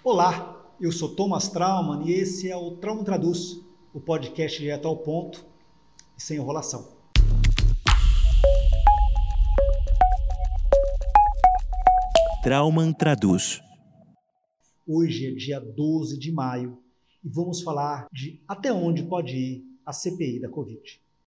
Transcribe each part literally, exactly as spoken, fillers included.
Olá, eu sou Thomas Traumann e esse é o Traumann Traduz, o podcast direto ao ponto e sem enrolação. Traumann Traduz. Hoje é dia doze de maio e vamos falar de até onde pode ir a C P I da Covid.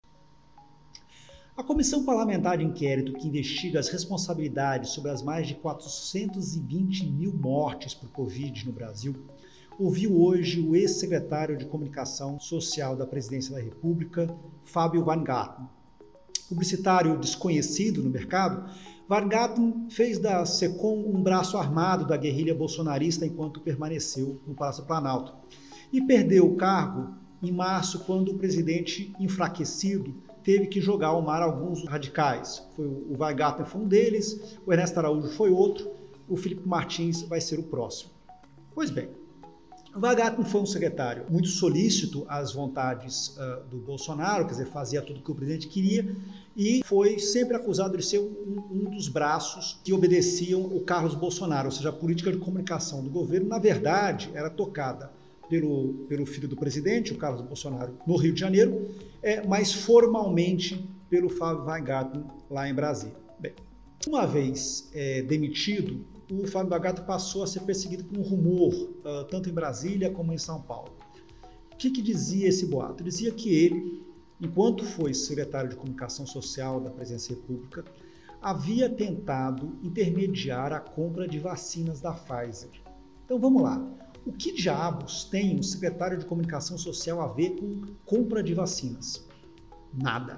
A Comissão Parlamentar de Inquérito que investiga as responsabilidades sobre as mais de quatrocentos e vinte mil mortes por Covid no Brasil ouviu hoje o ex-secretário de Comunicação Social da Presidência da República, Fábio Weingarten. Publicitário desconhecido no mercado, Weingarten fez da SECOM um braço armado da guerrilha bolsonarista enquanto permaneceu no Palácio Planalto e perdeu o cargo em março, quando o presidente, enfraquecido, teve que jogar ao mar alguns radicais. Foi o Weingarten foi um deles, o Ernesto Araújo foi outro, o Felipe Martins vai ser o próximo. Pois bem, o Weingarten foi um secretário muito solícito às vontades uh, do Bolsonaro, quer dizer, fazia tudo o que o presidente queria, e foi sempre acusado de ser um, um dos braços que obedeciam o Carlos Bolsonaro, ou seja, a política de comunicação do governo, na verdade, era tocada Pelo, pelo filho do presidente, o Carlos Bolsonaro, no Rio de Janeiro, é, mas formalmente pelo Fábio Weingarten lá em Brasília. Bem, uma vez é, demitido, o Fábio Weingarten passou a ser perseguido por um rumor, uh, tanto em Brasília como em São Paulo. O que, que dizia esse boato? Dizia que ele, enquanto foi secretário de Comunicação Social da Presidência da República, havia tentado intermediar a compra de vacinas da Pfizer. Então vamos lá. O que diabos tem um secretário de Comunicação Social a ver com compra de vacinas? Nada.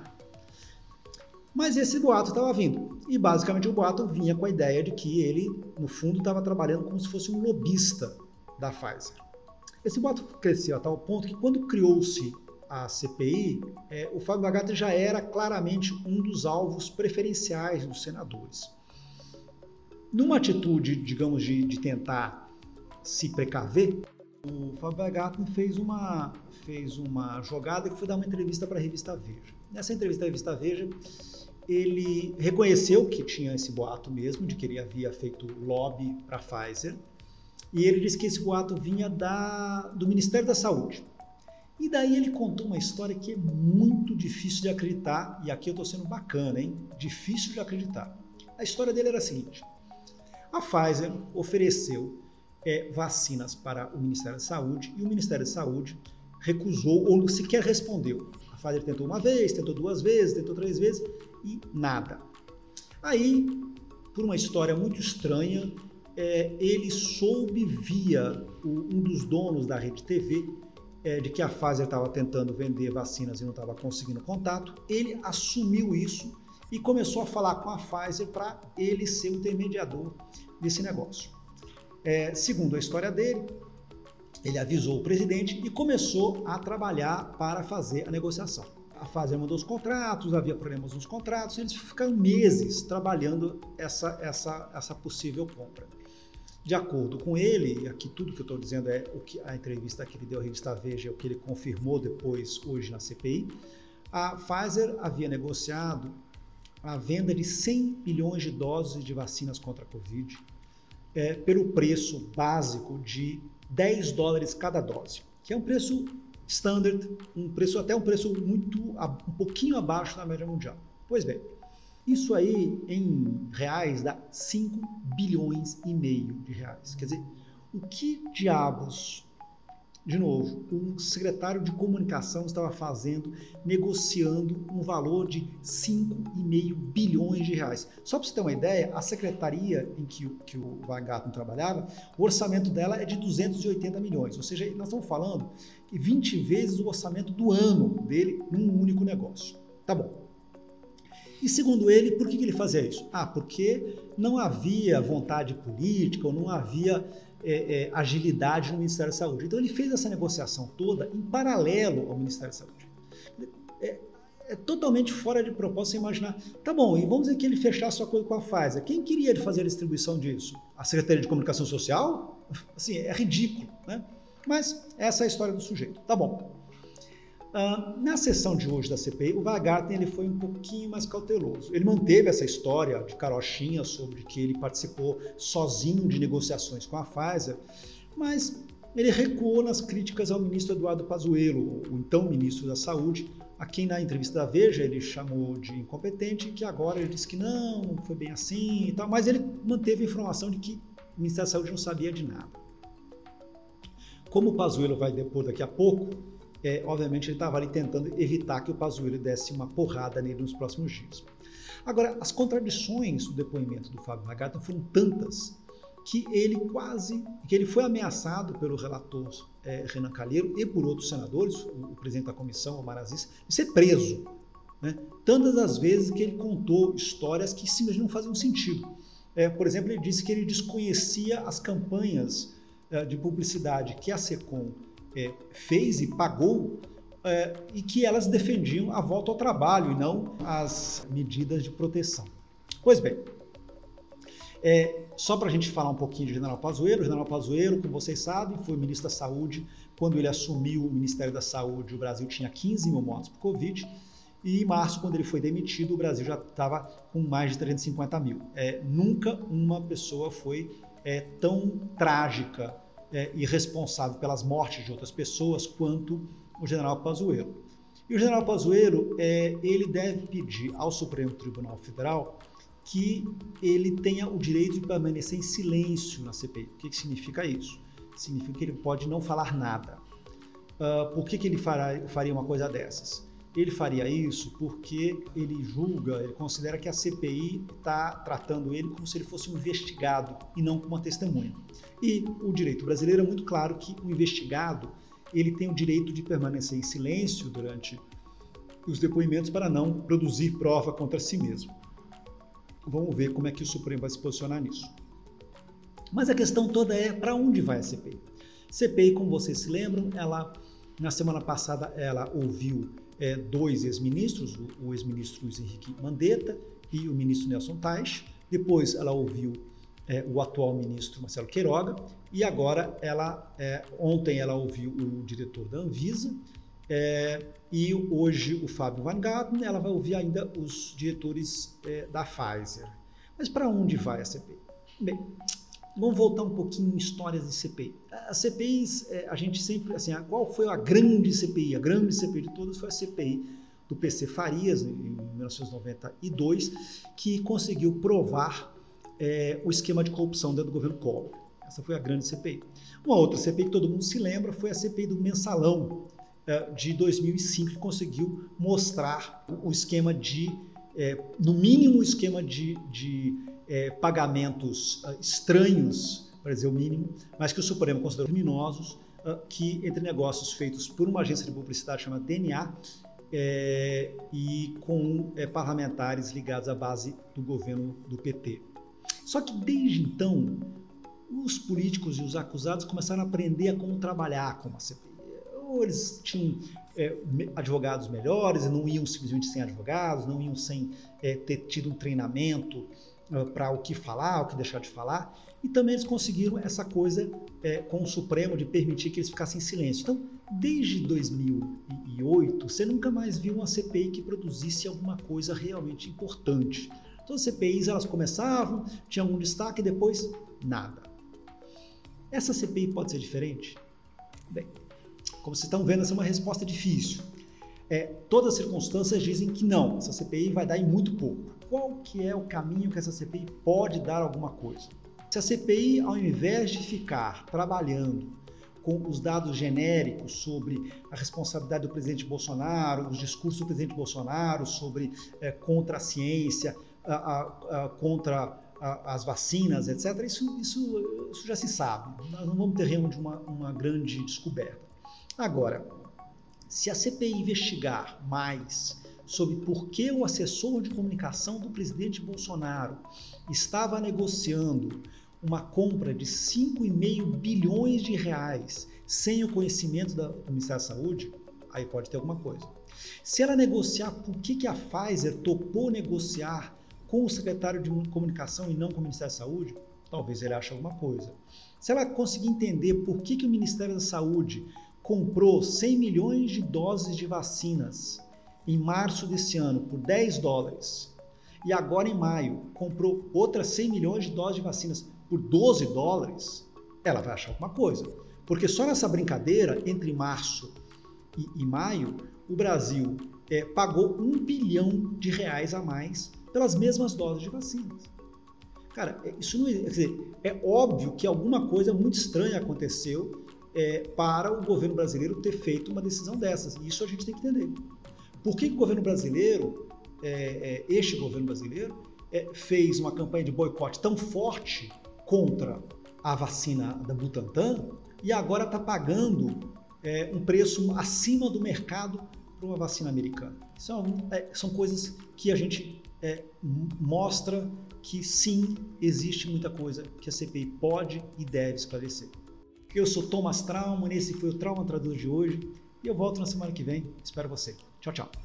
Mas esse boato estava vindo. E basicamente o boato vinha com a ideia de que ele, no fundo, estava trabalhando como se fosse um lobista da Pfizer. Esse boato cresceu a tal ponto que, quando criou-se a C P I, é, o Fábio Weingarten já era claramente um dos alvos preferenciais dos senadores. Numa atitude, digamos, de, de tentar se precaver, o Fábio Weingarten fez uma, fez uma jogada que foi dar uma entrevista para a revista Veja. Nessa entrevista à revista Veja, ele reconheceu que tinha esse boato mesmo, de que ele havia feito lobby para a Pfizer, e ele disse que esse boato vinha da, do Ministério da Saúde. E daí ele contou uma história que é muito difícil de acreditar, e aqui eu estou sendo bacana, hein? Difícil de acreditar. A história dele era a seguinte: a Pfizer ofereceu É, vacinas para o Ministério da Saúde, e o Ministério da Saúde recusou ou sequer respondeu. A Pfizer tentou uma vez, tentou duas vezes, tentou três vezes e nada. Aí, por uma história muito estranha, é, ele soube via o, um dos donos da Rede T V é, de que a Pfizer estava tentando vender vacinas e não estava conseguindo contato. Ele assumiu isso e começou a falar com a Pfizer para ele ser o intermediador desse negócio. É, segundo a história dele, ele avisou o presidente e começou a trabalhar para fazer a negociação. A Pfizer mandou os contratos, havia problemas nos contratos, e eles ficaram meses trabalhando essa, essa, essa possível compra. De acordo com ele, e aqui tudo que eu estou dizendo é o que a entrevista que ele deu à revista Veja, é o que ele confirmou depois, hoje na C P I, a Pfizer havia negociado a venda de cem milhões de doses de vacinas contra a Covid, É, pelo preço básico de dez dólares cada dose, que é um preço standard, um preço até um preço muito, um pouquinho abaixo da média mundial. Pois bem, isso aí em reais dá cinco bilhões e meio de reais. Quer dizer, o que diabos, de novo, um secretário de comunicação estava fazendo, negociando um valor de cinco vírgula cinco bilhões de reais. Só para você ter uma ideia, a secretaria em que, que o Weingarten trabalhava, o orçamento dela é de duzentos e oitenta milhões, ou seja, nós estamos falando que vinte vezes o orçamento do ano dele num único negócio. Tá bom. E segundo ele, por que ele fazia isso? Ah, porque não havia vontade política ou não havia É, é, agilidade no Ministério da Saúde. Então ele fez essa negociação toda em paralelo ao Ministério da Saúde. É, é totalmente fora de propósito você imaginar, tá bom, e vamos dizer que ele fechasse a coisa com a Pfizer. Quem queria fazer a distribuição disso? A Secretaria de Comunicação Social? Assim, é ridículo, né? Mas essa é a história do sujeito. Tá bom. Uh, na sessão de hoje da C P I, o Weingarten ele foi um pouquinho mais cauteloso. Ele manteve essa história de carochinha sobre que ele participou sozinho de negociações com a Pfizer, mas ele recuou nas críticas ao ministro Eduardo Pazuello, o então ministro da Saúde, a quem na entrevista da Veja ele chamou de incompetente, que agora ele disse que não, não foi bem assim e tal, mas ele manteve a informação de que o Ministério da Saúde não sabia de nada. Como o Pazuello vai depor daqui a pouco, é, obviamente ele estava ali tentando evitar que o Pazuello desse uma porrada nele nos próximos dias. Agora, as contradições do depoimento do Fábio Weingarten foram tantas que ele quase, que ele foi ameaçado pelo relator é, Renan Calheiro e por outros senadores, o, o presidente da comissão, Omar Aziz, de ser preso, né? Tantas as vezes que ele contou histórias que simplesmente não faziam sentido. É, por exemplo, ele disse que ele desconhecia as campanhas é, de publicidade que a SECOM é, fez e pagou é, e que elas defendiam a volta ao trabalho e não as medidas de proteção. Pois bem, É, só para a gente falar um pouquinho de General Pazuello, o General Pazuello, como vocês sabem, foi ministro da Saúde. Quando ele assumiu o Ministério da Saúde, o Brasil tinha quinze mil mortos por Covid, e em março, quando ele foi demitido, o Brasil já estava com mais de trezentos e cinquenta mil. É, nunca uma pessoa foi é, tão trágica é, e responsável pelas mortes de outras pessoas quanto o General Pazuello. E o General Pazuello, é, ele deve pedir ao Supremo Tribunal Federal que ele tenha o direito de permanecer em silêncio na C P I. O que, que significa isso? Significa que ele pode não falar nada. Uh, por que, que ele fará, faria uma coisa dessas? Ele faria isso porque ele julga, ele considera que a C P I está tratando ele como se ele fosse um investigado e não como uma testemunha. E o direito brasileiro é muito claro que o investigado ele tem o direito de permanecer em silêncio durante os depoimentos para não produzir prova contra si mesmo. Vamos ver como é que o Supremo vai se posicionar nisso. Mas a questão toda é para onde vai a C P I? C P I, como vocês se lembram, ela, na semana passada ela ouviu é, dois ex-ministros, o, o ex-ministro Luiz Henrique Mandetta e o ministro Nelson Teich. Depois ela ouviu é, o atual ministro Marcelo Queiroga e agora, ela, é, ontem ela ouviu o diretor da Anvisa. É, e hoje o Fábio Weingarten, ela vai ouvir ainda os diretores é, da Pfizer. Mas para onde vai a C P I? Bem, vamos voltar um pouquinho em histórias de C P I. As C P Is, é, a gente sempre, assim, qual foi a grande C P I? A grande C P I de todas foi a C P I do P C Farias, em mil novecentos e noventa e dois, que conseguiu provar é, o esquema de corrupção dentro do governo Collor. Essa foi a grande C P I. Uma outra C P I que todo mundo se lembra foi a C P I do Mensalão, de dois mil e cinco, que conseguiu mostrar o esquema de, é, no mínimo, o esquema de, de é, pagamentos uh, estranhos, para dizer o mínimo, mas que o Supremo considerou criminosos, uh, que entre negócios feitos por uma agência de publicidade chamada D N A é, e com é, parlamentares ligados à base do governo do P T. Só que desde então, os políticos e os acusados começaram a aprender a como trabalhar com a C P I. Ou eles tinham é, advogados melhores, não iam simplesmente sem advogados, não iam sem é, ter tido um treinamento é, para o que falar, o que deixar de falar. E também eles conseguiram essa coisa é, com o Supremo de permitir que eles ficassem em silêncio. Então, desde dois mil e oito, você nunca mais viu uma C P I que produzisse alguma coisa realmente importante. Então, as C P Is elas começavam, tinham algum destaque e depois nada. Essa C P I pode ser diferente? Bem, como vocês estão vendo, essa é uma resposta difícil. É, todas as circunstâncias dizem que não, essa C P I vai dar em muito pouco. Qual que é o caminho que essa C P I pode dar alguma coisa? Se a C P I, ao invés de ficar trabalhando com os dados genéricos sobre a responsabilidade do presidente Bolsonaro, os discursos do presidente Bolsonaro sobre é, contra a ciência, a, a, a, contra a, as vacinas, etcétera, isso, isso, isso já se sabe. Nós não vamos ter realmente uma, uma grande descoberta. Agora, se a C P I investigar mais sobre por que o assessor de comunicação do presidente Bolsonaro estava negociando uma compra de cinco vírgula cinco bilhões de reais sem o conhecimento da, do Ministério da Saúde, aí pode ter alguma coisa. Se ela negociar por que, que a Pfizer topou negociar com o secretário de comunicação e não com o Ministério da Saúde, talvez ele ache alguma coisa. Se ela conseguir entender por que, que o Ministério da Saúde comprou cem milhões de doses de vacinas em março desse ano por dez dólares e agora em maio comprou outras cem milhões de doses de vacinas por doze dólares, ela vai achar alguma coisa. Porque só nessa brincadeira, entre março e, e maio, o Brasil é, pagou um bilhão de reais a mais pelas mesmas doses de vacinas. Cara, isso não é, quer dizer, é óbvio que alguma coisa muito estranha aconteceu é, para o governo brasileiro ter feito uma decisão dessas. E isso a gente tem que entender. Por que, que o governo brasileiro, é, é, este governo brasileiro, é, fez uma campanha de boicote tão forte contra a vacina da Butantan e agora está pagando é, um preço acima do mercado para uma vacina americana? São, é, são coisas que a gente é, mostra que sim, existe muita coisa que a C P I pode e deve esclarecer. Eu sou Thomas Trauman, esse foi o Trauma Traduz de hoje e eu volto na semana que vem. Espero você. Tchau, tchau.